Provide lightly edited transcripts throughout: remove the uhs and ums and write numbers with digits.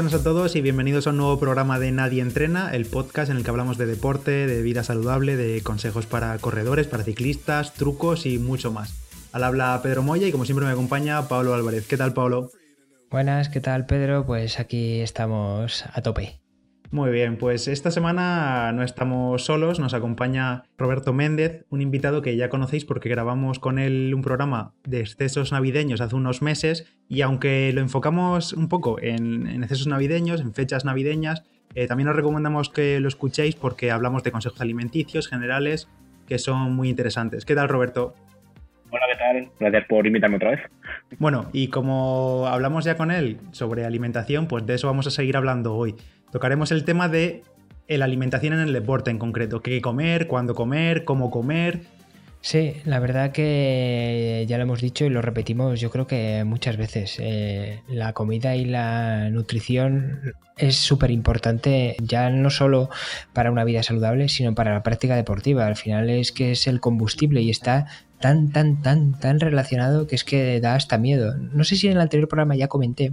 buenas a todos y bienvenidos a un nuevo programa de Nadie Entrena, el podcast en el que hablamos de deporte, de vida saludable, de consejos para corredores, para ciclistas, trucos y mucho más. Al habla Pedro Moya y como siempre me acompaña Pablo Álvarez. ¿Qué tal, Pablo? Buenas, ¿qué tal, Pedro? Pues aquí estamos a tope. Muy bien, pues esta semana no estamos solos, nos acompaña Roberto Méndez, un invitado que ya conocéis porque grabamos con él un programa de excesos navideños hace unos meses y aunque lo enfocamos un poco en excesos navideños, en fechas navideñas, también os recomendamos que lo escuchéis porque hablamos de consejos alimenticios generales que son muy interesantes. ¿Qué tal, Roberto? Hola, ¿qué tal? Gracias por invitarme otra vez. Bueno, y como hablamos ya con él sobre alimentación, pues de eso vamos a seguir hablando hoy. Tocaremos el tema de la alimentación en el deporte en concreto. ¿Qué comer? ¿Cuándo comer? ¿Cómo comer? Sí, la verdad que ya lo hemos dicho y lo repetimos yo creo que muchas veces. La comida y la nutrición es súper importante ya no solo para una vida saludable, sino para la práctica deportiva. Al final es que es el combustible y está tan relacionado que es que da hasta miedo. No sé si en el anterior programa ya comenté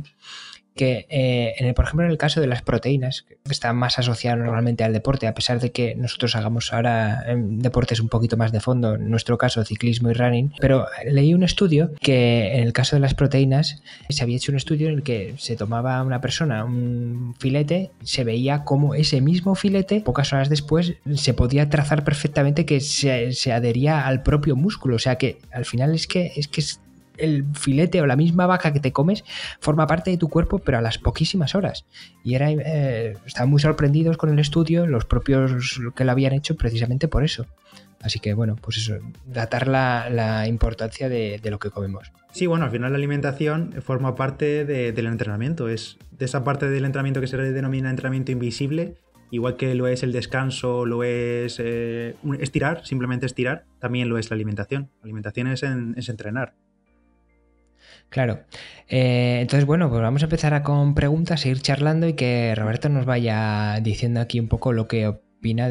que, por ejemplo, en el caso de las proteínas, que están más asociadas normalmente al deporte, a pesar de que nosotros hagamos ahora deportes un poquito más de fondo, en nuestro caso ciclismo y running, pero leí un estudio que en el caso de las proteínas se había hecho un estudio en el que se tomaba una persona un filete, se veía cómo ese mismo filete, pocas horas después, se podía trazar perfectamente que se adhería al propio músculo, o sea que al final es que el filete o la misma vaca que te comes forma parte de tu cuerpo, pero a las poquísimas horas. Y estaban muy sorprendidos con el estudio, los propios que lo habían hecho, precisamente por eso. Así que, bueno, pues eso, datar la importancia de lo que comemos. Sí, bueno, al final la alimentación forma parte del entrenamiento. Es de esa parte del entrenamiento que se denomina entrenamiento invisible, igual que lo es el descanso, lo es estirar, simplemente estirar, también lo es la alimentación. La alimentación es entrenar. Claro. Entonces, bueno, pues vamos a empezar con preguntas, seguir charlando y que Roberto nos vaya diciendo aquí un poco lo que opina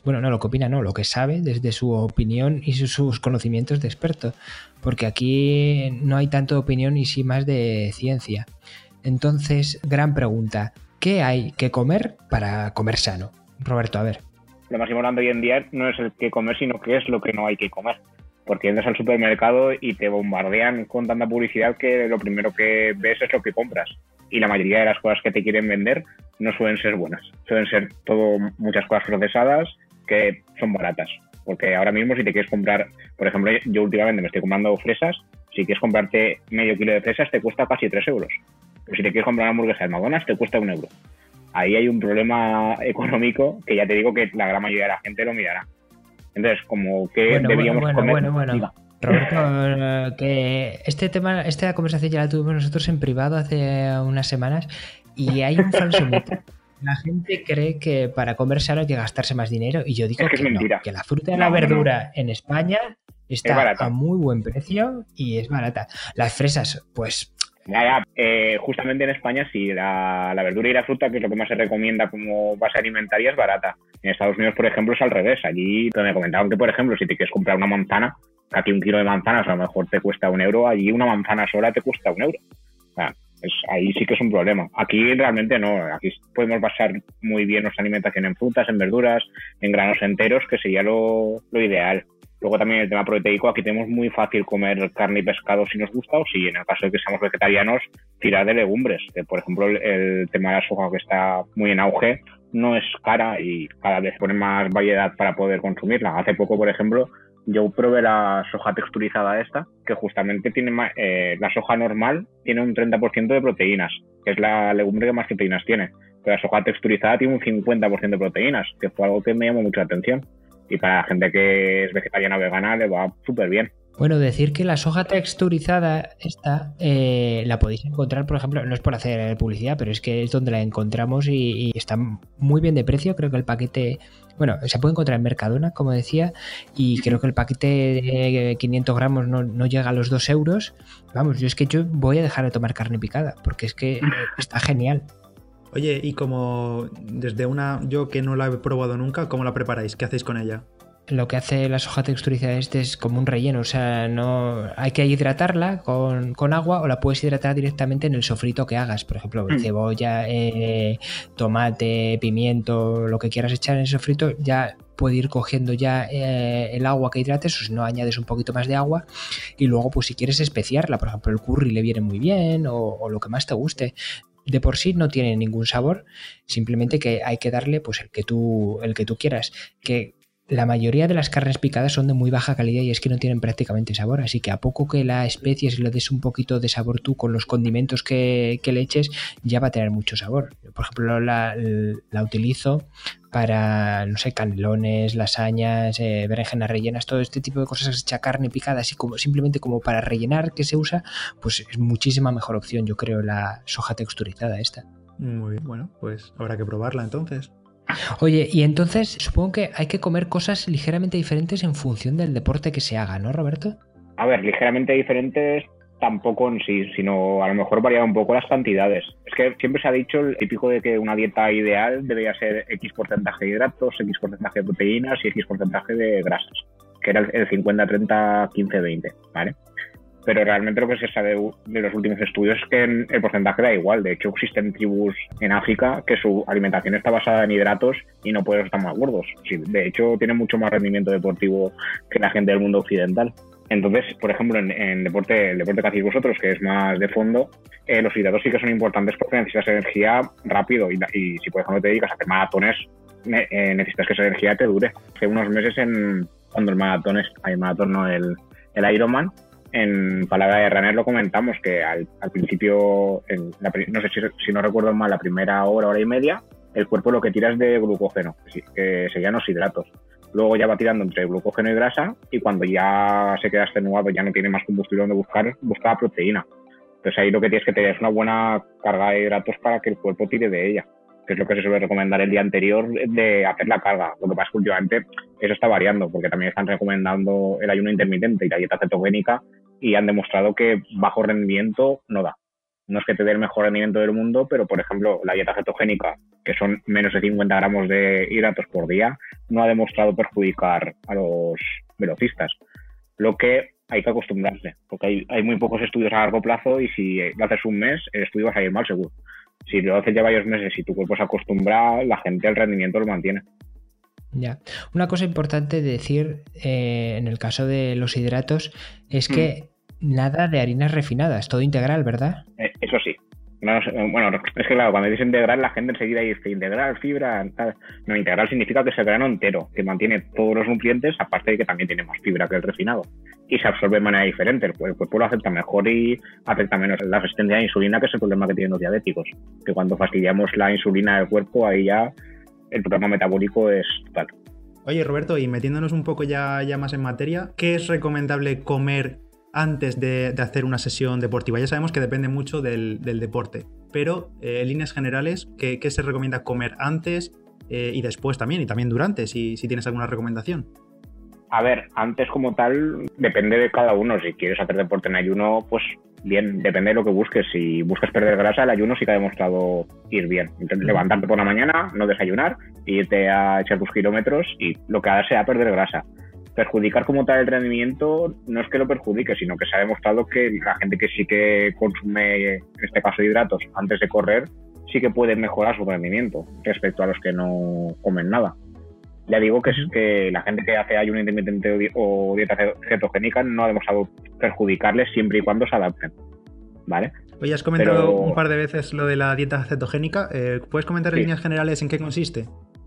lo que sabe desde su opinión y sus conocimientos de experto, porque aquí no hay tanto opinión y sí más de ciencia. Entonces, gran pregunta, ¿qué hay que comer para comer sano? Roberto, a ver. Lo más importante hoy en día no es el qué comer, sino qué es lo que no hay que comer. Porque entras al supermercado y te bombardean con tanta publicidad que lo primero que ves es lo que compras. Y la mayoría de las cosas que te quieren vender no suelen ser buenas. Suelen ser muchas cosas procesadas que son baratas. Porque ahora mismo si te quieres comprar, por ejemplo, yo últimamente me estoy comprando fresas, si quieres comprarte medio kilo de fresas te cuesta casi 3 euros. Pero si te quieres comprar una hamburguesa de McDonald's te cuesta 1 euro. Ahí hay un problema económico que ya te digo que la gran mayoría de la gente lo mirará. Entonces, como que deberíamos comer... Bueno. Roberto, que esta conversación ya la tuvimos nosotros en privado hace unas semanas y hay un falso mito. La gente cree que para comer sano hay que gastarse más dinero y yo digo que no, que la fruta y la verdura en España está a muy buen precio y es barata. Las fresas, pues... Justamente en España sí, la verdura y la fruta, que es lo que más se recomienda como base alimentaria, es barata. En Estados Unidos, por ejemplo, es al revés. Allí me comentaban que, por ejemplo, si te quieres comprar una manzana, aquí 1 kilo de manzanas a lo mejor te cuesta 1 euro, allí una manzana sola te cuesta 1 euro. O sea, ahí sí que es un problema. Aquí realmente no. Aquí podemos basar muy bien nuestra alimentación en frutas, en verduras, en granos enteros, que sería lo ideal. Luego también el tema proteico, aquí tenemos muy fácil comer carne y pescado si nos gusta, o si en el caso de que seamos vegetarianos, tirar de legumbres. Por ejemplo, el tema de la soja, que está muy en auge, no es cara y cada vez pone más variedad para poder consumirla. Hace poco, por ejemplo, yo probé la soja texturizada esta, que justamente tiene la soja normal tiene un 30% de proteínas, que es la legumbre que más proteínas tiene. Pero la soja texturizada tiene un 50% de proteínas, que fue algo que me llamó mucho la atención. Y para la gente que es vegetariana o vegana le va súper bien. Bueno, decir que la soja texturizada esta la podéis encontrar, por ejemplo, no es por hacer publicidad, pero es que es donde la encontramos y está muy bien de precio. Creo que el paquete, bueno, se puede encontrar en Mercadona, como decía, y creo que el paquete de 500 gramos no llega a los 2 euros. Vamos, yo voy a dejar de tomar carne picada, porque es que está genial. Oye, y como yo que no la he probado nunca, ¿cómo la preparáis? ¿Qué hacéis con ella? lo que hace la soja texturizada es como un relleno, o sea, no hay que hidratarla con agua o la puedes hidratar directamente en el sofrito que hagas, por ejemplo, cebolla, tomate, pimiento, lo que quieras echar en el sofrito, ya puede ir cogiendo ya el agua que hidrates, o si no añades un poquito más de agua y luego pues si quieres especiarla, por ejemplo el curry le viene muy bien o lo que más te guste. De por sí no tiene ningún sabor, simplemente que hay que darle pues el que tú quieras, que la mayoría de las carnes picadas son de muy baja calidad y es que no tienen prácticamente sabor, así que a poco que la especies y le des un poquito de sabor tú con los condimentos que le eches, ya va a tener mucho sabor. Por ejemplo, la utilizo para, no sé, canelones, lasañas, berenjenas rellenas, todo este tipo de cosas que se echa carne picada, así como simplemente como para rellenar que se usa, pues es muchísima mejor opción, yo creo, la soja texturizada esta. Muy bien, bueno, pues habrá que probarla entonces. Oye, y entonces supongo que hay que comer cosas ligeramente diferentes en función del deporte que se haga, ¿no, Roberto? A ver, ligeramente diferentes tampoco en sí, sino a lo mejor variar un poco las cantidades. Es que siempre se ha dicho el típico de que una dieta ideal debería ser X porcentaje de hidratos, X porcentaje de proteínas y X porcentaje de grasas, que era el 50-30, 15-20, ¿vale? Pero realmente lo que se sabe de los últimos estudios es que el porcentaje da igual. De hecho, existen tribus en África que su alimentación está basada en hidratos y no por eso están más gordos. Sí, de hecho, tienen mucho más rendimiento deportivo que la gente del mundo occidental. Entonces, por ejemplo, en el deporte que hacéis vosotros, que es más de fondo, los hidratos sí que son importantes porque necesitas energía rápido y si, por ejemplo, te dedicas a hacer maratones, necesitas que esa energía te dure. Hace unos meses, cuando el Ironman, en Palabra de Runner lo comentamos, que al principio, no sé si no recuerdo mal, la primera hora y media, el cuerpo lo que tira es de glucógeno, que serían los hidratos. Luego ya va tirando entre glucógeno y grasa y cuando ya se queda extenuado, ya no tiene más combustible donde busca proteína. Entonces ahí lo que tienes que tener es una buena carga de hidratos para que el cuerpo tire de ella, que es lo que se suele recomendar el día anterior de hacer la carga. Lo que pasa es que últimamente eso está variando, porque también están recomendando el ayuno intermitente y la dieta cetogénica y han demostrado que bajo rendimiento no da. No es que te dé el mejor rendimiento del mundo, pero por ejemplo la dieta cetogénica, que son menos de 50 gramos de hidratos por día, no ha demostrado perjudicar a los velocistas. Lo que hay que acostumbrarse, porque hay muy pocos estudios a largo plazo y si lo haces un mes, el estudio va a salir mal seguro. Si lo haces ya varios meses y tu cuerpo se acostumbra, la gente el rendimiento lo mantiene. Ya. Una cosa importante de decir en el caso de los hidratos es que nada de harinas refinadas, todo integral, ¿verdad? Eso sí. No, bueno, es que claro, cuando dices integral la gente enseguida dice integral, fibra, tal. No, integral significa que es el grano entero, que mantiene todos los nutrientes, aparte de que también tiene más fibra que el refinado. Y se absorbe de manera diferente, el cuerpo lo acepta mejor y afecta menos la resistencia a la insulina, que es el problema que tienen los diabéticos. Que cuando fastidiamos la insulina del cuerpo, ahí ya el problema metabólico es total. Oye, Roberto, y metiéndonos un poco ya más en materia, ¿qué es recomendable comer antes de hacer una sesión deportiva? Ya sabemos que depende mucho del deporte, pero en líneas generales, ¿qué se recomienda comer antes y después también, y también durante, si tienes alguna recomendación? A ver, antes como tal, depende de cada uno. Si quieres hacer deporte en ayuno, pues bien, depende de lo que busques. Si buscas perder grasa, el ayuno sí que ha demostrado ir bien. Entonces, levantarte por la mañana, no desayunar, irte a echar tus kilómetros y lo que haga sea perder grasa. Perjudicar como tal el rendimiento no es que lo perjudique, sino que se ha demostrado que la gente que sí que consume, en este caso hidratos, antes de correr, sí que puede mejorar su rendimiento respecto a los que no comen nada. Ya digo que es que la gente que hace ayuno intermitente o dieta cetogénica no ha demostrado perjudicarles siempre y cuando se adapten, ¿vale? Oye, has comentado un par de veces lo de la dieta cetogénica. ¿Puedes comentar en líneas generales en qué consiste?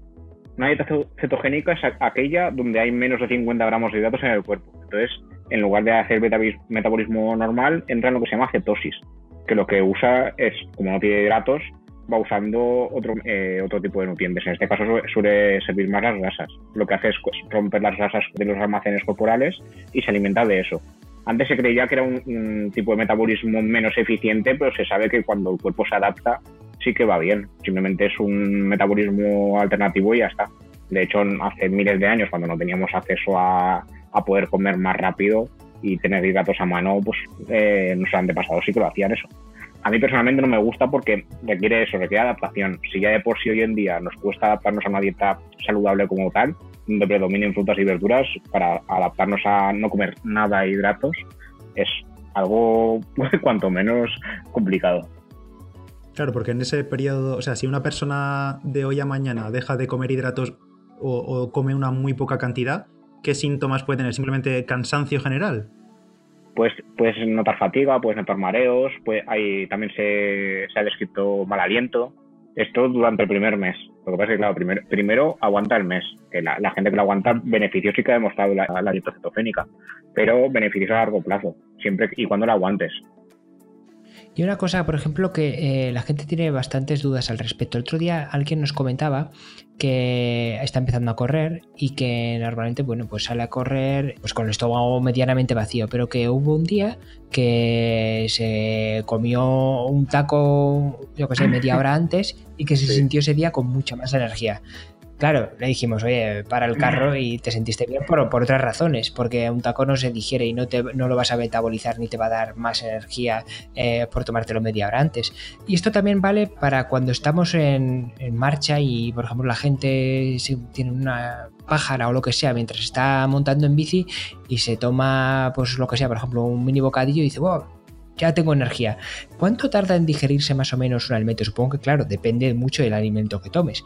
Una dieta cetogénica es aquella donde hay menos de 50 gramos de hidratos en el cuerpo. Entonces, en lugar de hacer metabolismo normal, entra en lo que se llama cetosis, que lo que usa es, como no tiene hidratos, va usando otro tipo de nutrientes. En este caso suele servir más las grasas. Lo que hace es romper las grasas de los almacenes corporales y se alimenta de eso. Antes se creía que era un tipo de metabolismo menos eficiente, pero se sabe que cuando el cuerpo se adapta sí que va bien. Simplemente es un metabolismo alternativo y ya está. De hecho, hace miles de años, cuando no teníamos acceso a poder comer más rápido y tener hidratos a mano, pues nuestros antepasados sí que lo hacían eso. A mí personalmente no me gusta porque requiere adaptación. Si ya de por sí hoy en día nos cuesta adaptarnos a una dieta saludable como tal, donde predominen frutas y verduras para adaptarnos a no comer nada de hidratos es algo cuanto menos complicado. Claro, porque en ese periodo, o sea, si una persona de hoy a mañana deja de comer hidratos o come una muy poca cantidad, ¿qué síntomas puede tener? ¿Simplemente cansancio general? Pues puedes notar fatiga, puedes notar mareos, también se ha descrito mal aliento. Esto durante el primer mes. Lo que pasa es que, claro, primero aguanta el mes. Que la gente que lo aguanta, beneficios sí que ha demostrado la dieta cetogénica, pero beneficios a largo plazo, siempre y cuando la aguantes. Y una cosa, por ejemplo, que la gente tiene bastantes dudas al respecto. El otro día alguien nos comentaba que está empezando a correr y que normalmente, bueno, pues sale a correr pues con el estómago medianamente vacío, pero que hubo un día que se comió un taco, yo qué sé, media hora antes y que se sintió ese día con mucha más energía. Claro, le dijimos, oye, para el carro y te sentiste bien por otras razones, porque un taco no se digiere y no lo vas a metabolizar ni te va a dar más energía por tomártelo media hora antes. Y esto también vale para cuando estamos en marcha y, por ejemplo, la gente tiene una pájara o lo que sea mientras está montando en bici y se toma, pues lo que sea, por ejemplo, un mini bocadillo y dice, wow, ya tengo energía. ¿Cuánto tarda en digerirse más o menos un alimento? Supongo que, claro, depende mucho del alimento que tomes.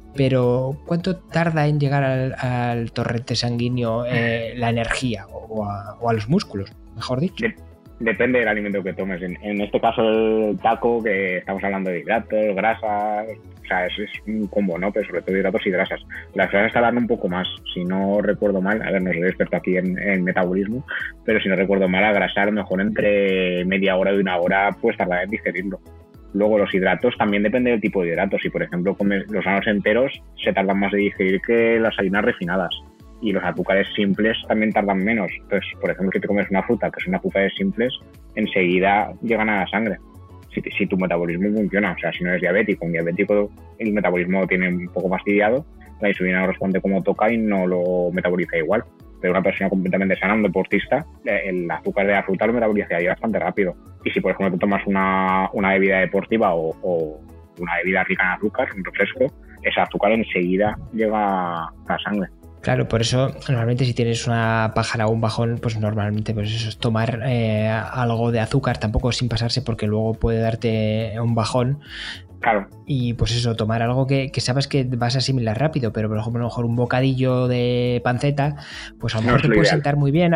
Pero ¿cuánto tarda en llegar al torrente sanguíneo la energía o a los músculos, mejor dicho? Depende del alimento que tomes. En este caso el taco, que estamos hablando de hidratos, grasas, o sea, es un combo, ¿no? Pero sobre todo hidratos y grasas. Las grasas tardan un poco más, si no recuerdo mal, a ver, no soy experto aquí en metabolismo, pero si no recuerdo mal, a grasa a lo mejor entre media hora y una hora pues tardar en digerirlo. Luego los hidratos también depende del tipo de hidratos. Si por ejemplo comes los granos enteros, se tardan más de digerir que las harinas refinadas. Y los azúcares simples también tardan menos. Entonces, por ejemplo, si te comes una fruta que son azúcares simples, enseguida llegan a la sangre. Si tu metabolismo funciona, o sea, si no eres diabético, un diabético el metabolismo lo tiene un poco fastidiado, la insulina no responde como toca y no lo metaboliza igual. Pero una persona completamente sana, un deportista, el azúcar de la fruta lo metabolizaría bastante rápido. Y si, por ejemplo, te tomas una bebida deportiva o una bebida rica en azúcar, un refresco, ese azúcar enseguida llega a la sangre. Claro, por eso normalmente si tienes una pájara o un bajón, pues normalmente pues eso es tomar algo de azúcar, tampoco sin pasarse porque luego puede darte un bajón. Claro. Y pues eso, tomar algo que sabes que vas a asimilar rápido, pero por ejemplo a lo mejor un bocadillo de panceta, pues a lo mejor te puede sentar muy bien.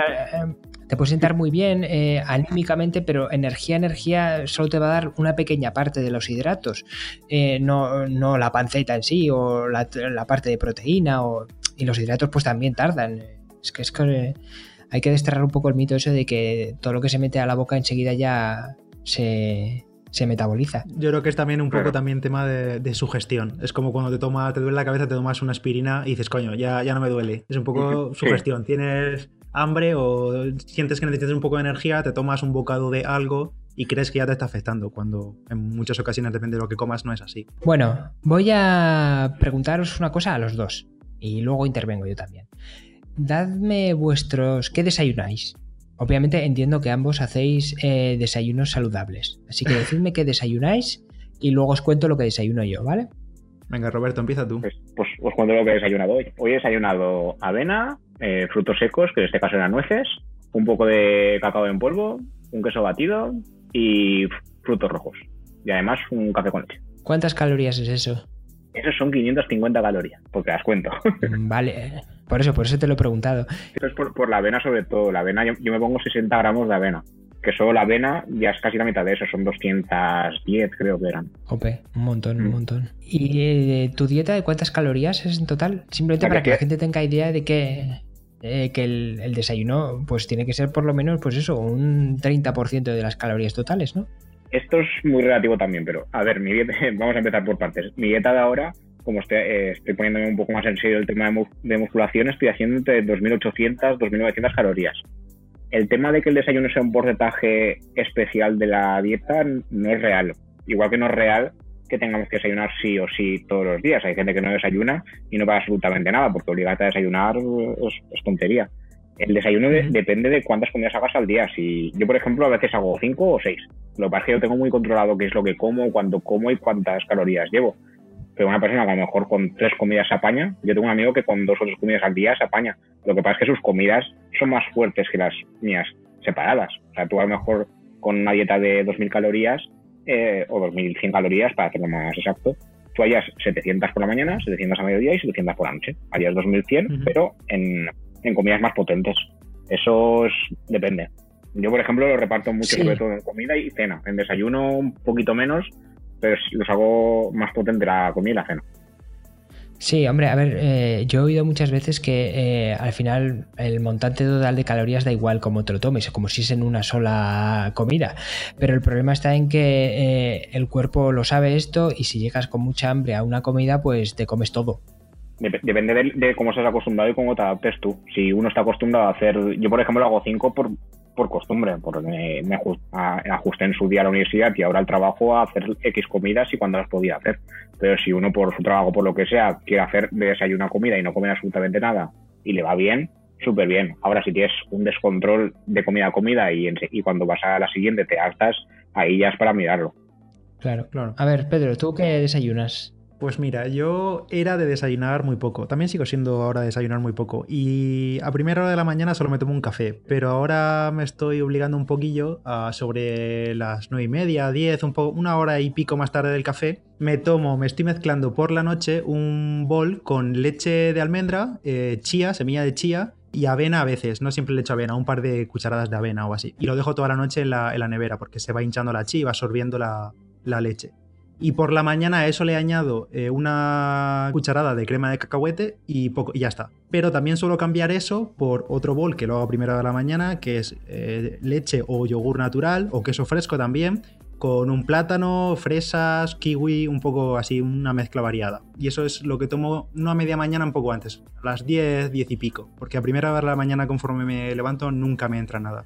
Te puede sentar muy bien anímicamente, pero energía solo te va a dar una pequeña parte de los hidratos, no la panceta en sí o la parte de proteína y los hidratos pues también tardan. Es que hay que desterrar un poco el mito eso de que todo lo que se mete a la boca enseguida ya se metaboliza. Yo creo que es también un poco también tema de sugestión. Es como cuando te duele la cabeza, te tomas una aspirina y dices, coño, ya no me duele. Es un poco sugestión. Tienes hambre o sientes que necesitas un poco de energía, te tomas un bocado de algo y crees que ya te está afectando, cuando en muchas ocasiones, depende de lo que comas, no es así. Bueno, voy a preguntaros una cosa a los dos y luego intervengo yo también. Dadme ¿qué desayunáis? Obviamente entiendo que ambos hacéis desayunos saludables, así que decidme qué desayunáis y luego os cuento lo que desayuno yo, ¿vale? Venga, Roberto, empieza tú. Pues os cuento lo que he desayunado hoy. Hoy he desayunado avena, frutos secos, que en este caso eran nueces, un poco de cacao en polvo, un queso batido y frutos rojos. Y además un café con leche. ¿Cuántas calorías es eso? Esos son 550 calorías, porque las cuento. Vale, por eso te lo he preguntado. Esto es por la avena sobre todo. La avena, yo me pongo 60 gramos de avena, que solo la avena ya es casi la mitad de eso, son 210 creo que eran. Jope, un montón. ¿Y tu dieta de cuántas calorías es en total? Simplemente para que la gente tenga idea de que el desayuno pues tiene que ser por lo menos pues eso, un 30% de las calorías totales, ¿no? Esto es muy relativo también, pero a ver, mi dieta, vamos a empezar por partes. Mi dieta de ahora, como estoy poniéndome un poco más en serio el tema de musculación, estoy haciendo entre 2.800 y 2.900 calorías. El tema de que el desayuno sea un porcentaje especial de la dieta no es real. Igual que no es real que tengamos que desayunar sí o sí todos los días. Hay gente que no desayuna y no pasa absolutamente nada, porque obligarte a desayunar es tontería. El desayuno depende de cuántas comidas hagas al día. Si yo, por ejemplo, a veces hago 5 o 6. Lo que pasa es que yo tengo muy controlado qué es lo que como, cuánto como y cuántas calorías llevo. pero una persona que a lo mejor con 3 comidas se apaña. Yo tengo un amigo que con 2 o 3 comidas al día se apaña. Lo que pasa es que sus comidas son más fuertes que las mías separadas. O sea, tú a lo mejor con una dieta de 2.000 calorías o 2.100 calorías, para hacerlo más exacto, tú harías 700 por la mañana, 700 a mediodía y 700 por la noche. Harías 2.100, pero en comidas más potentes. Eso depende. Yo, por ejemplo, lo reparto mucho, sobre todo en comida y cena. En desayuno un poquito menos, pero los hago más potente la comida y la cena. Sí, hombre, a ver, yo he oído muchas veces que al final el montante total de calorías da igual como te lo tomes, como si es en una sola comida, pero el problema está en que el cuerpo lo sabe esto y si llegas con mucha hambre a una comida, pues te comes todo. Depende de cómo estás acostumbrado y cómo te adaptes tú. Si uno está acostumbrado a hacer... Yo, por ejemplo, hago 5 por costumbre, porque me ajusté en su día a la universidad y ahora al trabajo a hacer X comidas y cuando las podía hacer. Pero si uno por su trabajo, por lo que sea, quiere hacer de desayuno comida y no comer absolutamente nada y le va bien, súper bien. Ahora, si tienes un descontrol de comida a comida y cuando vas a la siguiente te hartas, ahí ya es para mirarlo. Claro. A ver, Pedro, ¿tú qué desayunas? Pues mira, yo era de desayunar muy poco. También sigo siendo ahora de desayunar muy poco. Y a primera hora de la mañana solo me tomo un café. Pero ahora me estoy obligando un poquillo sobre las 9:30, 10, una hora y pico más tarde del café. Me estoy mezclando por la noche un bol con leche de almendra, chía, semilla de chía y avena a veces. No siempre le echo avena, un par de cucharadas de avena o así. Y lo dejo toda la noche en la nevera porque se va hinchando la chía y va absorbiendo la leche. Y por la mañana a eso le añado una cucharada de crema de cacahuete y ya está. Pero también suelo cambiar eso por otro bol que lo hago a primera hora de la mañana, que es leche o yogur natural o queso fresco también, con un plátano, fresas, kiwi, un poco así, una mezcla variada. Y eso es lo que tomo, no a media mañana, un poco antes, a las 10, 10 y pico. Porque a primera hora de la mañana, conforme me levanto, nunca me entra nada.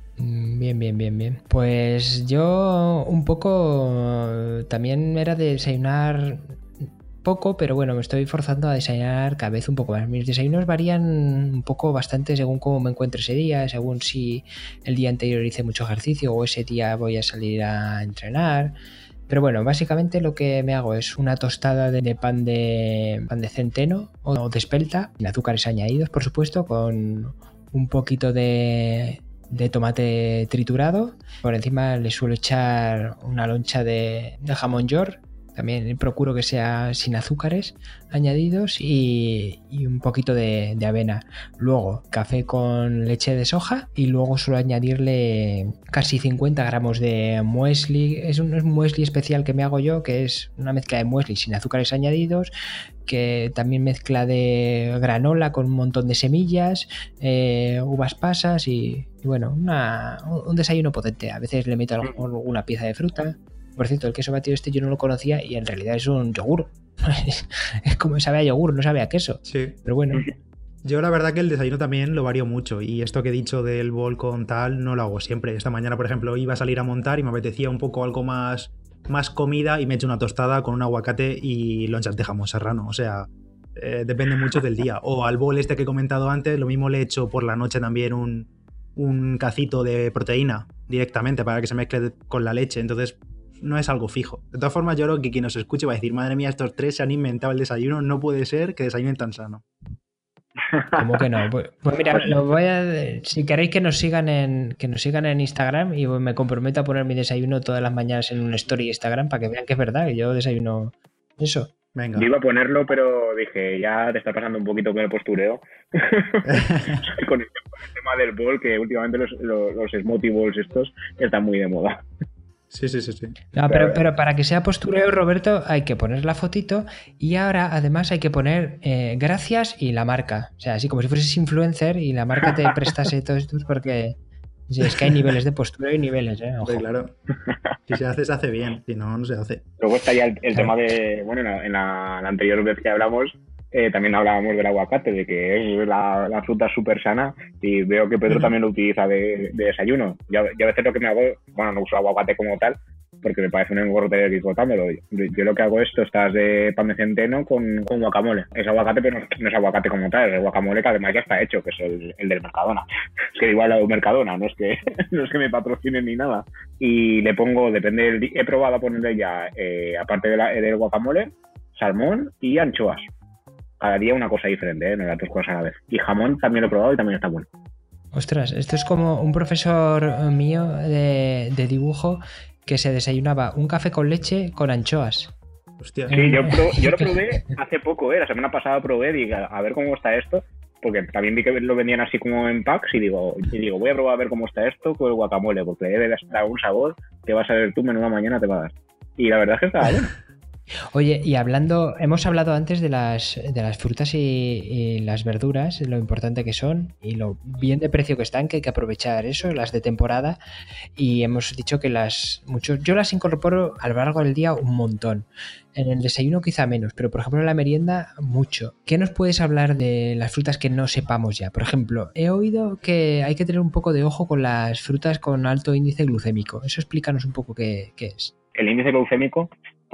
Bien. Pues yo un poco también era de desayunar poco, pero bueno, me estoy forzando a desayunar cada vez un poco más. Mis desayunos varían un poco bastante según cómo me encuentre ese día, según si el día anterior hice mucho ejercicio o ese día voy a salir a entrenar. Pero bueno, básicamente lo que me hago es una tostada de pan de centeno o de espelta, sin azúcares añadidos, por supuesto, con un poquito de tomate triturado. Por encima le suelo echar una loncha de jamón york. También procuro que sea sin azúcares añadidos y un poquito de avena. Luego café con leche de soja y luego suelo añadirle casi 50 gramos de muesli. Es un muesli especial que me hago yo, que es una mezcla de muesli sin azúcares añadidos, que también mezcla de granola con un montón de semillas, uvas pasas y bueno, un desayuno potente. A veces le meto alguna pieza de fruta. Por cierto, el queso batido yo no lo conocía y en realidad es un yogur. Es como sabe a yogur, no sabe a queso. Sí. Pero bueno. Yo la verdad que el desayuno también lo varío mucho y esto que he dicho del bol con tal no lo hago siempre. Esta mañana, por ejemplo, iba a salir a montar y me apetecía un poco algo más comida y me he hecho una tostada con un aguacate y lonchas de jamón serrano. O sea, depende mucho del día. O al bol que he comentado antes, lo mismo le he hecho por la noche también un cacito de proteína directamente para que se mezcle con la leche. Entonces no es algo fijo. De todas formas, yo creo que quien nos escuche va a decir, madre mía, estos tres se han inventado el desayuno, no puede ser que desayunen tan sano. ¿Cómo que no? Pues mira, si queréis que nos sigan en Instagram y me comprometo a poner mi desayuno todas las mañanas en un story Instagram para que vean que es verdad, que yo desayuno eso. Venga. Yo iba a ponerlo, pero dije, ya te está pasando un poquito con el postureo. con el tema del bol, que últimamente los smoothie bowls estos están muy de moda. Sí. No, pero para que sea postureo, Roberto, hay que poner la fotito y ahora además hay que poner gracias y la marca. O sea, así como si fueses influencer y la marca te prestase todo esto, porque sí, es que hay niveles de postureo y niveles, ojo. Sí, claro. Si se hace bien, si no, no se hace. Luego está ya el tema de, bueno, en la anterior vez que hablamos, también hablábamos del aguacate, de que es la fruta súper sana y veo que Pedro también lo utiliza de desayuno. Yo a veces lo que me hago, bueno, no uso aguacate como tal, porque me parece un engorro tener que cortármelo. Yo lo que hago es tostadas de pan de centeno con guacamole. Es aguacate, pero no es aguacate como tal, es el guacamole que además ya está hecho, que es el del Mercadona. Es que igual el Mercadona, no es que me patrocinen ni nada. Y le pongo, depende del día, he probado a ponerle ya, aparte del guacamole, salmón y anchoas. Cada día una cosa diferente, no las dos cosas a la vez. Y jamón también lo he probado y también está bueno. Ostras, esto es como un profesor mío de dibujo que se desayunaba un café con leche con anchoas. Hostia. Sí, yo lo probé hace poco, la semana pasada probé, dije, a ver cómo está esto, porque también vi que lo vendían así como en packs y digo, voy a probar a ver cómo está esto con el guacamole, porque debe de dar un sabor que vas a ver tú, menuda mañana te va a dar. Y la verdad es que estaba bueno. Oye, y hemos hablado antes de las frutas y las verduras, lo importante que son y lo bien de precio que están, que hay que aprovechar eso, las de temporada, y hemos dicho que yo las incorporo a lo largo del día un montón. En el desayuno quizá menos, pero por ejemplo en la merienda mucho. ¿Qué nos puedes hablar de las frutas que no sepamos ya? Por ejemplo, he oído que hay que tener un poco de ojo con las frutas con alto índice glucémico. Eso explícanos un poco qué es. El índice glucémico,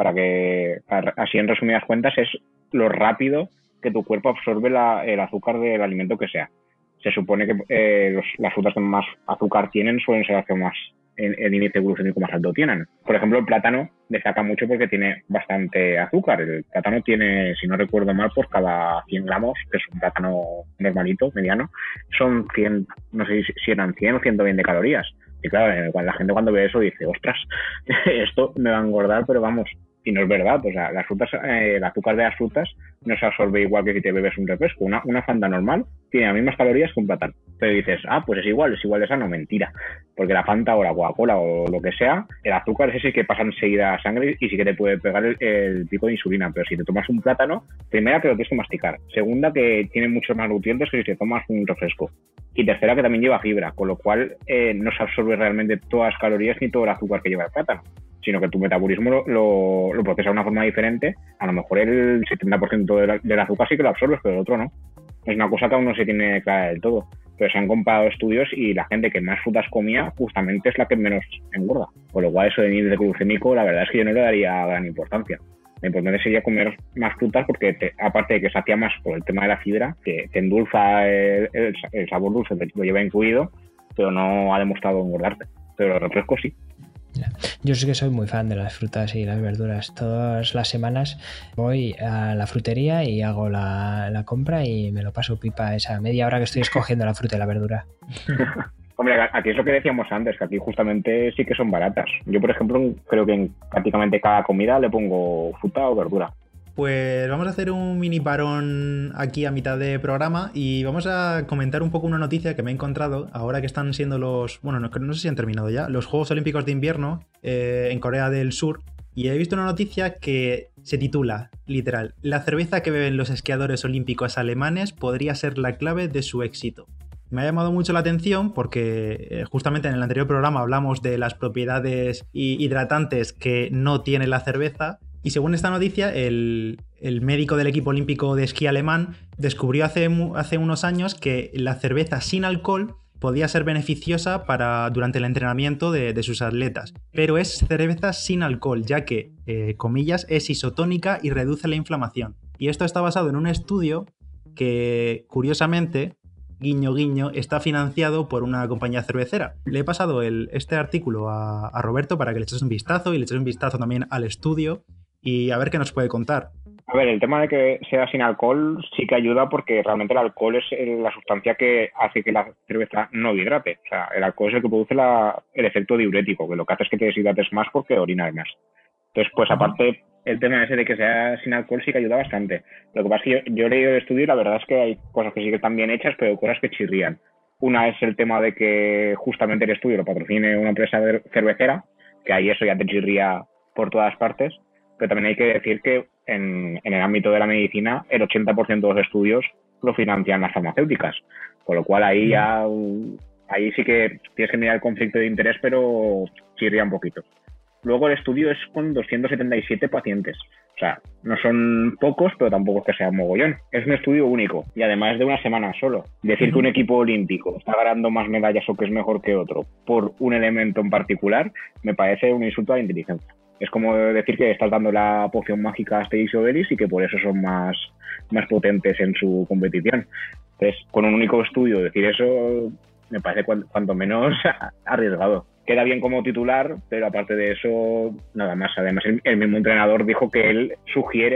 así en resumidas cuentas, es lo rápido que tu cuerpo absorbe el azúcar del alimento que sea. Se supone que las frutas que más azúcar tienen suelen ser las que más el índice glucémico más alto tienen. Por ejemplo, el plátano destaca mucho porque tiene bastante azúcar. El plátano tiene, si no recuerdo mal, por cada 100 gramos, que es un plátano normalito, mediano, son 100, no sé si eran 100 o 120 calorías. Y claro, la gente cuando ve eso dice, ostras, esto me va a engordar, pero vamos. Y no es verdad, o sea, las frutas, el azúcar de las frutas no se absorbe igual que si te bebes un refresco. Una Fanta normal tiene las mismas calorías que un plátano. Pero dices, pues es igual de sano. Mentira. Porque la Fanta o la Coca-Cola o lo que sea, el azúcar es ese que pasa enseguida a sangre y sí que te puede pegar el pico de insulina. Pero si te tomas un plátano, primera que lo tienes que masticar. Segunda que tiene muchos más nutrientes que si te tomas un refresco. Y tercera que también lleva fibra, con lo cual no se absorbe realmente todas las calorías ni todo el azúcar que lleva el plátano, sino que tu metabolismo lo procesa de una forma diferente. A lo mejor el 70% del azúcar sí que lo absorbes, pero el otro no. Es una cosa que aún no se tiene clara del todo. Pero se han comparado estudios y la gente que más frutas comía justamente es la que menos engorda. Con lo cual eso de índice glucémico, la verdad es que yo no le daría gran importancia. Lo importante sería comer más frutas porque aparte de que sacia más por el tema de la fibra, que te endulza el sabor dulce, lo lleva incluido, pero no ha demostrado engordarte. Pero los refrescos sí. Yo sí que soy muy fan de las frutas y las verduras. Todas las semanas voy a la frutería y hago la compra y me lo paso pipa esa media hora que estoy escogiendo la fruta y la verdura. Hombre, aquí es lo que decíamos antes, que aquí justamente sí que son baratas. Yo, por ejemplo, creo que en prácticamente cada comida le pongo fruta o verdura. Pues vamos a hacer un mini parón aquí a mitad de programa y vamos a comentar un poco una noticia que me he encontrado ahora que están siendo bueno, no sé si han terminado ya, los Juegos Olímpicos de Invierno en Corea del Sur, y he visto una noticia que se titula, literal, la cerveza que beben los esquiadores olímpicos alemanes podría ser la clave de su éxito. Me ha llamado mucho la atención porque justamente en el anterior programa hablamos de las propiedades hidratantes que no tiene la cerveza. Y según esta noticia, el médico del equipo olímpico de esquí alemán descubrió hace unos años que la cerveza sin alcohol podía ser beneficiosa durante el entrenamiento de sus atletas. Pero es cerveza sin alcohol, ya que, comillas, es isotónica y reduce la inflamación. Y esto está basado en un estudio que, curiosamente, guiño guiño, está financiado por una compañía cervecera. Le he pasado este artículo a Roberto para que le eches un vistazo y le eches un vistazo también al estudio y a ver qué nos puede contar. A ver, el tema de que sea sin alcohol sí que ayuda porque realmente el alcohol es la sustancia que hace que la cerveza no hidrate. O sea, el alcohol es el que produce el efecto diurético, que lo que hace es que te deshidrates más porque orinas más. Entonces, pues aparte, el tema ese de que sea sin alcohol sí que ayuda bastante. Lo que pasa es que yo he leído el estudio y la verdad es que hay cosas que sí que están bien hechas, pero cosas que chirrían. Una es el tema de que justamente el estudio lo patrocine una empresa cervecera, que ahí eso ya te chirría por todas partes. Pero también hay que decir que en el ámbito de la medicina el 80% de los estudios lo financian las farmacéuticas, con lo cual ahí sí que tienes que mirar el conflicto de interés, pero chirría un poquito. Luego el estudio es con 277 pacientes, o sea, no son pocos, pero tampoco es que sea un mogollón. Es un estudio único y además de una semana solo. Decir que un equipo olímpico está ganando más medallas o que es mejor que otro por un elemento en particular me parece un insulto a la inteligencia. Es como decir que estás dando la poción mágica a Asterix y Obelix y que por eso son más potentes en su competición. Entonces, con un único estudio decir eso me parece cuanto menos arriesgado. Queda bien como titular, pero aparte de eso, nada más. Además, el mismo entrenador dijo que él sugiere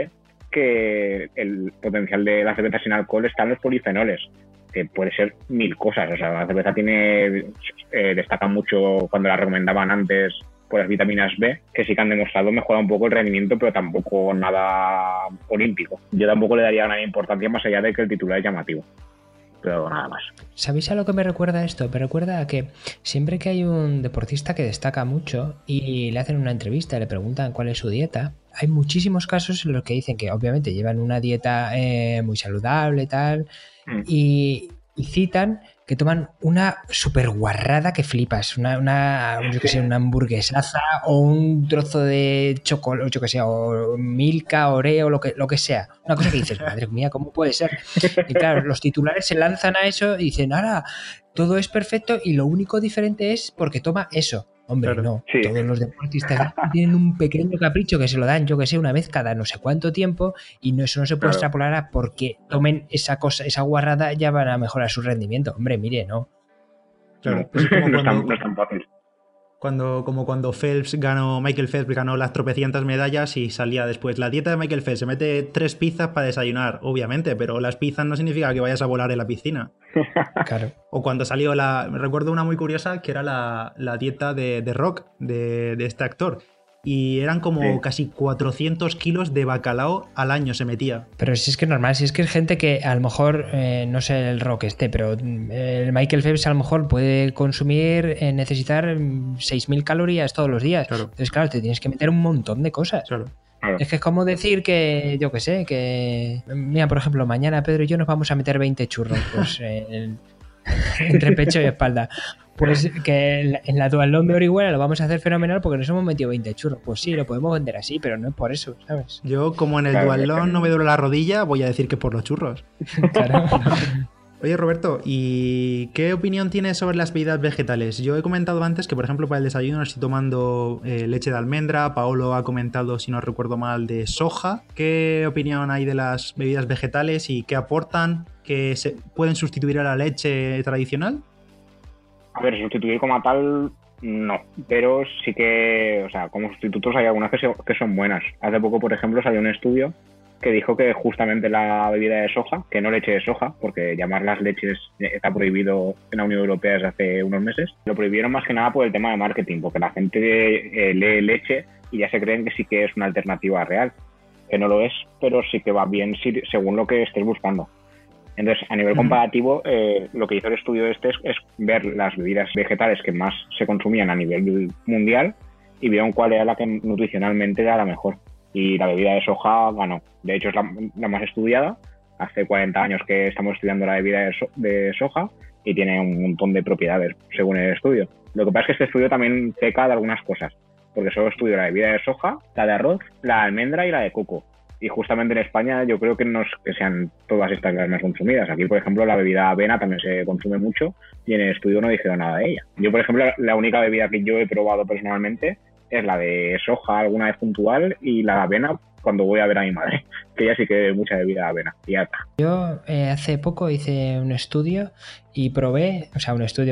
que el potencial de la cerveza sin alcohol está en los polifenoles, que puede ser 1000 cosas. O sea, la cerveza destaca mucho cuando la recomendaban antes por las vitaminas B, que sí que han demostrado mejorar un poco el rendimiento, pero tampoco nada olímpico. Yo tampoco le daría gran importancia más allá de que el titular es llamativo. Pero nada más. ¿Sabéis a lo que me recuerda esto? Me recuerda a que siempre que hay un deportista que destaca mucho y le hacen una entrevista, le preguntan cuál es su dieta, hay muchísimos casos en los que dicen que obviamente llevan una dieta muy saludable y tal, y citan que toman una super guarrada que flipas, yo que sé, una hamburguesaza o un trozo de chocolate, yo que sé, o Milka, Oreo, lo que sea. Una cosa que dices, madre mía, ¿cómo puede ser? Y claro, los titulares se lanzan a eso y dicen, ahora, todo es perfecto y lo único diferente es porque toma eso. Hombre, claro, no, sí. Todos los deportistas tienen un pequeño capricho que se lo dan, yo que sé, una vez cada no sé cuánto tiempo y eso no se puede extrapolar a porque tomen esa cosa, esa guarrada, ya van a mejorar su rendimiento. Hombre, mire, no. Claro, pues no es tan fácil. Como cuando Michael Phelps ganó las tropecientas medallas y salía después. La dieta de Michael Phelps se mete 3 pizzas para desayunar, obviamente, pero las pizzas no significa que vayas a volar en la piscina. Claro. O cuando salió me recuerdo una muy curiosa que era la dieta de Rock, de este actor. Y eran como casi 400 kilos de bacalao al año se metía. Pero si es que es normal, si es que es gente que a lo mejor, no sé el Rock pero el Michael Phelps a lo mejor puede necesitar 6.000 calorías todos los días. Claro. Entonces, claro, te tienes que meter un montón de cosas. Claro. Es que es como decir que, yo que sé, que... Mira, por ejemplo, mañana Pedro y yo nos vamos a meter 20 churros, pues entre pecho y espalda. Pues que en la duatlón de Orihuela lo vamos a hacer fenomenal porque nos hemos metido 20 churros. Pues sí, lo podemos vender así, pero no es por eso, ¿sabes? Yo, como en el duatlón no me duele la rodilla, voy a decir que por los churros. Claro. Oye, Roberto, ¿y qué opinión tienes sobre las bebidas vegetales? Yo he comentado antes que, por ejemplo, para el desayuno estoy tomando leche de almendra. Paolo ha comentado, si no recuerdo mal, de soja. ¿Qué opinión hay de las bebidas vegetales y qué aportan? ¿Que se pueden sustituir a la leche tradicional? A ver, sustituir como tal, no. Pero sí que, o sea, como sustitutos hay algunas que son buenas. Hace poco, por ejemplo, salió un estudio que dijo que justamente la bebida de soja, que no leche de soja, porque llamarlas leches está prohibido en la Unión Europea desde hace unos meses, lo prohibieron más que nada por el tema de marketing, porque la gente lee leche y ya se creen que sí que es una alternativa real, que no lo es, pero sí que va bien según lo que estés buscando. Entonces, a nivel comparativo, lo que hizo el estudio es ver las bebidas vegetales que más se consumían a nivel mundial y vieron cuál era la que nutricionalmente era la mejor. Y la bebida de soja ganó. De hecho, es la más estudiada. Hace 40 años que estamos estudiando la bebida de soja y tiene un montón de propiedades, según el estudio. Lo que pasa es que este estudio también peca de algunas cosas, porque solo estudió la bebida de soja, la de arroz, la de almendra y la de coco. Y justamente en España yo creo que no es que sean todas estas las más consumidas. Aquí, por ejemplo, la bebida avena también se consume mucho y en el estudio no dijeron nada de ella. Yo, por ejemplo, la única bebida que yo he probado personalmente es la de soja alguna vez puntual y la de avena cuando voy a ver a mi madre, que ella sí que bebe mucha bebida de avena y alta. Yo hace poco hice un estudio y probé, o sea, un estudio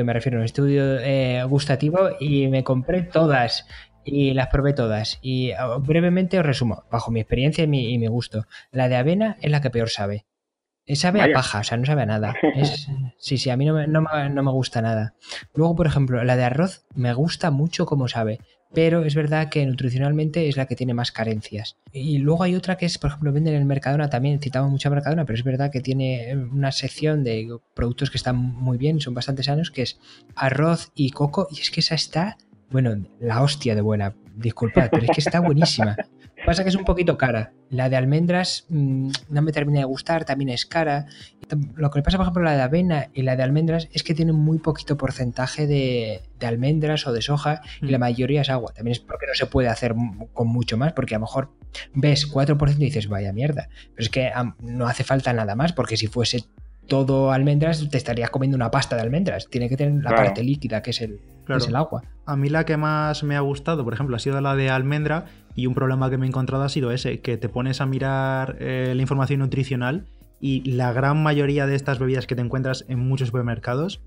gustativo y me compré todas. Y las probé todas. Y brevemente os resumo, bajo mi experiencia y mi gusto. La de avena es la que peor sabe. Sabe a paja, o sea, no sabe a nada. Sí, a mí no me gusta nada. Luego, por ejemplo, la de arroz me gusta mucho como sabe, pero es verdad que nutricionalmente es la que tiene más carencias. Y luego hay otra que es, por ejemplo, venden en el Mercadona, también citamos mucho a Mercadona, pero es verdad que tiene una sección de productos que están muy bien, son bastante sanos, que es arroz y coco, y es que esa está... Bueno, la hostia de buena, disculpad, pero es que está buenísima. Pasa que es un poquito cara. La de almendras no me termina de gustar, también es cara. Lo que le pasa, por ejemplo, a la de avena y la de almendras es que tienen muy poquito porcentaje de almendras o de soja y la mayoría es agua. También es porque no se puede hacer con mucho más, porque a lo mejor ves 4% y dices, vaya mierda. Pero es que no hace falta nada más, porque si fuese todo almendras, te estarías comiendo una pasta de almendras. Tiene que tener la parte líquida, que es el agua. A mí la que más me ha gustado, por ejemplo, ha sido la de almendra, y un problema que me he encontrado ha sido ese, que te pones a mirar la información nutricional y la gran mayoría de estas bebidas que te encuentras en muchos supermercados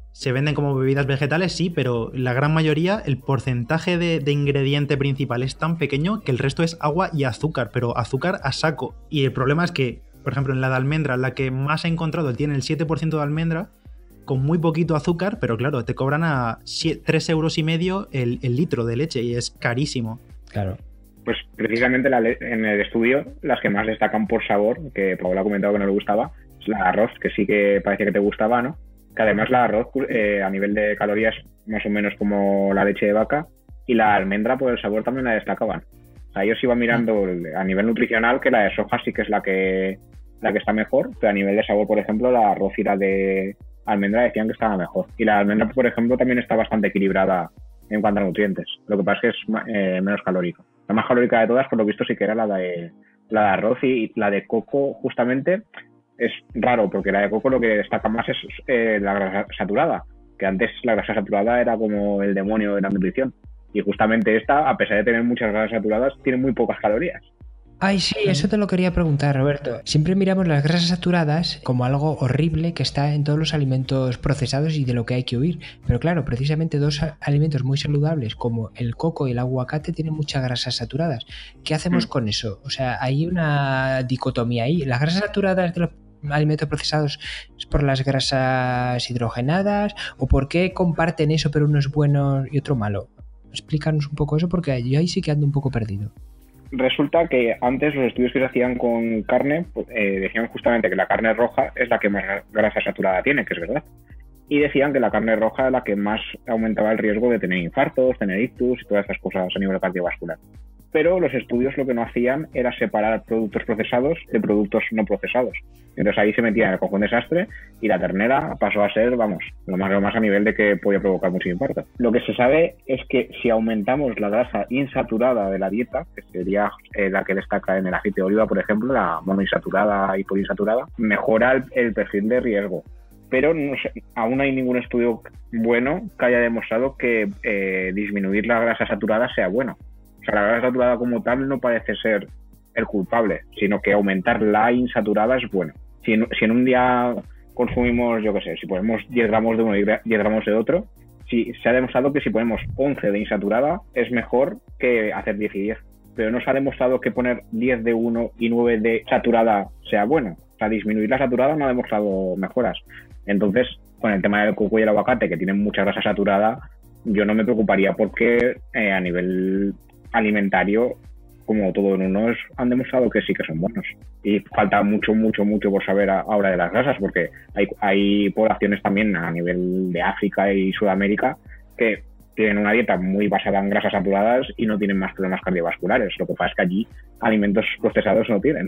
Se venden como bebidas vegetales, sí, pero la gran mayoría, el porcentaje de ingrediente principal es tan pequeño que el resto es agua y azúcar, pero azúcar a saco. Y el problema es que, por ejemplo, en la de almendra, la que más he encontrado tiene el 7% de almendra, con muy poquito azúcar, pero claro, te cobran a 3,5 euros el litro de leche y es carísimo. Claro. Pues precisamente en el estudio, las que más destacan por sabor, que Paola ha comentado que no le gustaba, es la de arroz, que sí que parece que te gustaba, ¿no? Que además la arroz a nivel de calorías más o menos como la leche de vaca, y la almendra por el sabor también la destacaban. O sea, ellos iban mirando a nivel nutricional que la de soja sí que es la que está mejor, pero a nivel de sabor, por ejemplo, la arroz y la de almendra decían que estaba mejor. Y la almendra, por ejemplo, también está bastante equilibrada en cuanto a nutrientes. Lo que pasa es que es menos calórica. La más calórica de todas, por lo visto, sí que era la de arroz, y la de coco, justamente, es raro, porque la de coco lo que destaca más es la grasa saturada, que antes la grasa saturada era como el demonio de la nutrición. Y justamente esta, a pesar de tener muchas grasas saturadas, tiene muy pocas calorías. Ay, sí, eso te lo quería preguntar, Roberto. Siempre miramos las grasas saturadas como algo horrible que está en todos los alimentos procesados y de lo que hay que huir. Pero claro, precisamente dos alimentos muy saludables como el coco y el aguacate tienen muchas grasas saturadas. ¿Qué hacemos con eso? O sea, hay una dicotomía ahí. Las grasas saturadas de los alimentos procesados es por las grasas hidrogenadas, o por qué comparten eso pero uno es bueno y otro malo. Explícanos un poco eso, porque yo ahí sí que ando un poco perdido. Resulta que antes los estudios que se hacían con carne decían justamente que la carne roja es la que más grasa saturada tiene, que es verdad. Y decían que la carne roja es la que más aumentaba el riesgo de tener infartos, tener ictus y todas esas cosas a nivel cardiovascular. Pero los estudios lo que no hacían era separar productos procesados de productos no procesados. Entonces ahí se metía en el cojón desastre y la ternera pasó a ser, vamos, lo más a nivel de que podía provocar mucho infarto. Lo que se sabe es que si aumentamos la grasa insaturada de la dieta, que sería la que destaca en el aceite de oliva, por ejemplo, la monoinsaturada y poliinsaturada, mejora el perfil de riesgo. Pero no sé, aún no hay ningún estudio bueno que haya demostrado que disminuir la grasa saturada sea bueno. O sea, la grasa saturada como tal no parece ser el culpable, sino que aumentar la insaturada es bueno. Si en un día consumimos, yo qué sé, si ponemos 10 gramos de uno y 10 gramos de otro, se ha demostrado que si ponemos 11 de insaturada es mejor que hacer 10 y 10. Pero no se ha demostrado que poner 10 de uno y 9 de saturada sea bueno. O sea, disminuir la saturada no ha demostrado mejoras. Entonces, con el tema del coco y el aguacate, que tienen mucha grasa saturada, yo no me preocuparía porque a nivel alimentario, como todo en uno, han demostrado que sí que son buenos. Y falta mucho por saber ahora de las grasas, porque hay poblaciones también a nivel de África y Sudamérica que tienen una dieta muy basada en grasas saturadas y no tienen más problemas cardiovasculares. Lo que pasa es que allí alimentos procesados no tienen.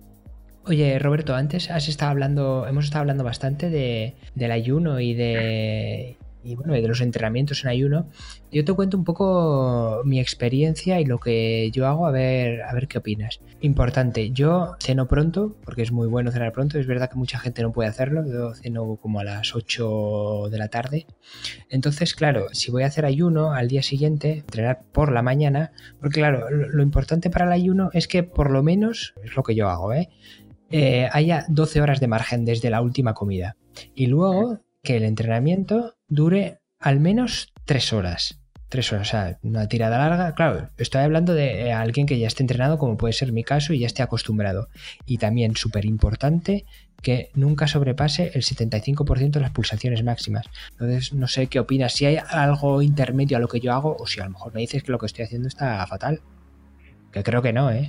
Oye, Roberto, antes hemos estado hablando bastante del ayuno y de los entrenamientos en ayuno. Yo te cuento un poco mi experiencia y lo que yo hago, a ver qué opinas. Importante, yo ceno pronto, porque es muy bueno cenar pronto. Es verdad que mucha gente no puede hacerlo. Yo ceno como a las 8 de la tarde. Entonces, claro, si voy a hacer ayuno al día siguiente, entrenar por la mañana, porque claro, lo importante para el ayuno es que por lo menos, es lo que yo hago, haya 12 horas de margen desde la última comida. Y luego que el entrenamiento dure al menos 3 horas. 3 horas, o sea, una tirada larga. Claro, estoy hablando de alguien que ya esté entrenado, como puede ser mi caso, y ya esté acostumbrado. Y también, súper importante, que nunca sobrepase el 75% de las pulsaciones máximas. Entonces, no sé qué opinas, si hay algo intermedio a lo que yo hago, o si a lo mejor me dices que lo que estoy haciendo está fatal. Que creo que no,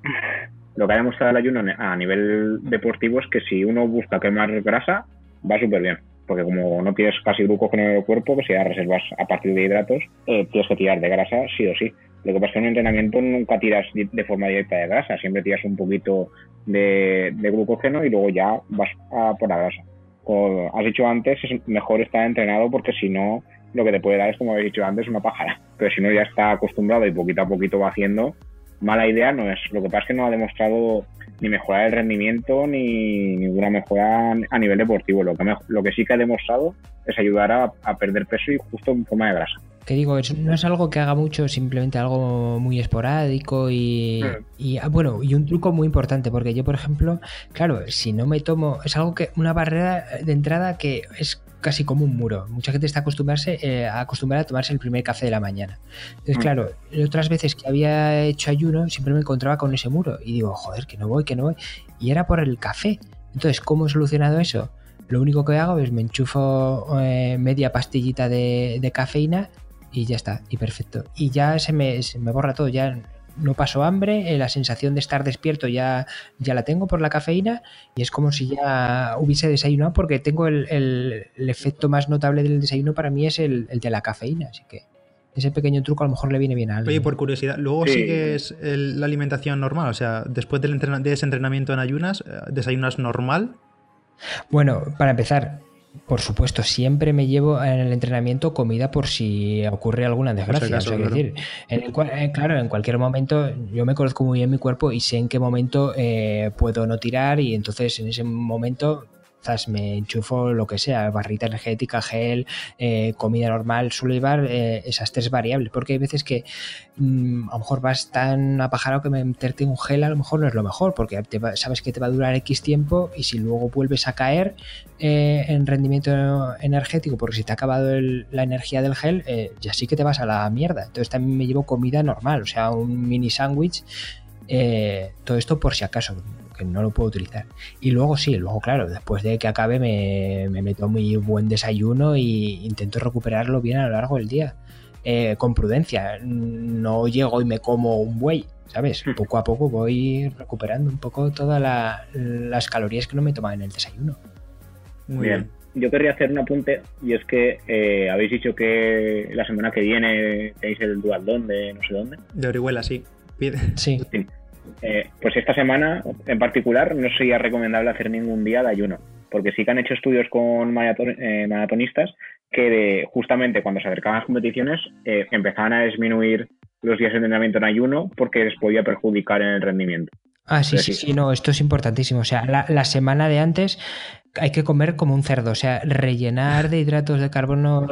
Lo que ha demostrado el ayuno a nivel deportivo es que si uno busca quemar grasa, va súper bien. Porque como no tienes casi glucógeno en el cuerpo, que si ya reservas a partir de hidratos, tienes que tirar de grasa sí o sí. Lo que pasa es que en un entrenamiento nunca tiras de forma directa de grasa, siempre tiras un poquito de glucógeno y luego ya vas a por la grasa. Como has dicho antes, es mejor estar entrenado porque si no, lo que te puede dar es, como habéis dicho antes, una pájara. Pero si no ya está acostumbrado y poquito a poquito va haciendo, mala idea no es. Lo que pasa es que no ha demostrado ni mejorar el rendimiento ni ninguna mejora a nivel deportivo. Lo que sí que ha demostrado es ayudar a perder peso y justo en forma de grasa. Que digo, no es algo que haga mucho, simplemente algo muy esporádico y un truco muy importante, porque yo, por ejemplo, claro, si no me tomo, es algo que, una barrera de entrada que es casi como un muro. Mucha gente está acostumbrada a tomarse el primer café de la mañana. Entonces, claro, otras veces que había hecho ayuno siempre me encontraba con ese muro y digo, joder, que no voy. Y era por el café. Entonces, ¿cómo he solucionado eso? Lo único que hago es me enchufo media pastillita de cafeína y ya está, y perfecto. Y ya se me borra todo, ya no paso hambre, la sensación de estar despierto ya la tengo por la cafeína y es como si ya hubiese desayunado, porque tengo el efecto más notable del desayuno para mí es el de la cafeína, así que ese pequeño truco a lo mejor le viene bien a alguien. Oye, por curiosidad, ¿luego sigues la alimentación normal? O sea, después de ese entrenamiento en ayunas, ¿desayunas normal? Bueno, para empezar, por supuesto, siempre me llevo en el entrenamiento comida por si ocurre alguna desgracia. Caso, claro. Es decir, claro, en cualquier momento yo me conozco muy bien mi cuerpo y sé en qué momento puedo no tirar, y entonces en ese momento me enchufo lo que sea, barrita energética, gel, comida normal. Suelo llevar esas 3 variables, porque hay veces que a lo mejor vas tan apajarado que meterte un gel a lo mejor no es lo mejor, porque sabes que te va a durar X tiempo, y si luego vuelves a caer en rendimiento energético porque se te ha acabado la energía del gel, ya sí que te vas a la mierda. Entonces también me llevo comida normal, o sea, un mini sándwich, todo esto por si acaso, que no lo puedo utilizar. Y luego claro, después de que acabe me meto muy buen desayuno y intento recuperarlo bien a lo largo del día, con prudencia. No llego y me como un buey, ¿sabes? Poco a poco voy recuperando un poco todas las calorías que no me tomaba en el desayuno. Muy bien. Yo querría hacer un apunte, y es que habéis dicho que la semana que viene tenéis el duatlón de no sé dónde. De Orihuela, sí. Sí. Pues esta semana en particular no sería recomendable hacer ningún día de ayuno, porque sí que han hecho estudios con maratonistas que justamente cuando se acercaban las competiciones empezaban a disminuir los días de entrenamiento en ayuno porque les podía perjudicar en el rendimiento. Sí, no, esto es importantísimo. O sea, la semana de antes hay que comer como un cerdo, o sea, rellenar de hidratos de carbono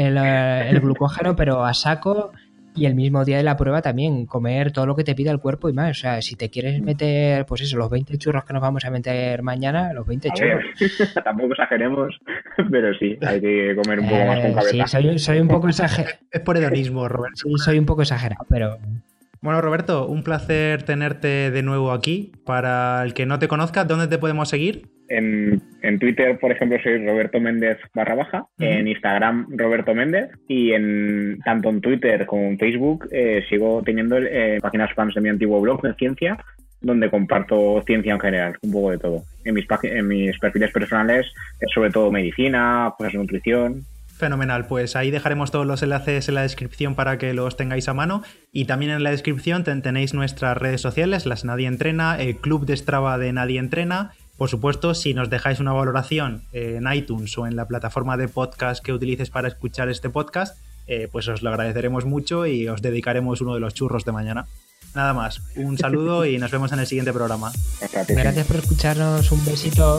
el glucógeno, pero a saco. Y el mismo día de la prueba también comer todo lo que te pida el cuerpo y más. O sea, si te quieres meter, pues eso, los 20 churros que nos vamos a meter mañana, los 20 churros. Tampoco exageremos, pero sí, hay que comer un poco más con cabeza. Sí, soy un poco exagerado. Es por hedonismo, Roberto. Sí, soy un poco exagerado, pero... Bueno, Roberto, un placer tenerte de nuevo aquí. Para el que no te conozca, ¿dónde te podemos seguir? En Twitter, por ejemplo, soy Roberto Méndez _, en Instagram Roberto Méndez, y tanto en Twitter como en Facebook sigo teniendo páginas fans de mi antiguo blog de ciencia, donde comparto ciencia en general, un poco de todo. En mis perfiles personales es sobre todo medicina, cosas de nutrición. Fenomenal, pues ahí dejaremos todos los enlaces en la descripción para que los tengáis a mano, y también en la descripción tenéis nuestras redes sociales, las Nadie Entrena, el club de Strava de Nadie Entrena. Por supuesto, si nos dejáis una valoración en iTunes o en la plataforma de podcast que utilices para escuchar este podcast, pues os lo agradeceremos mucho y os dedicaremos uno de los churros de mañana. Nada más, un saludo y nos vemos en el siguiente programa. Gracias por escucharnos, un besito.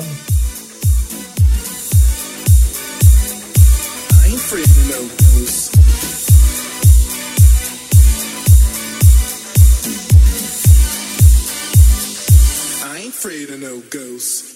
Afraid of no ghosts.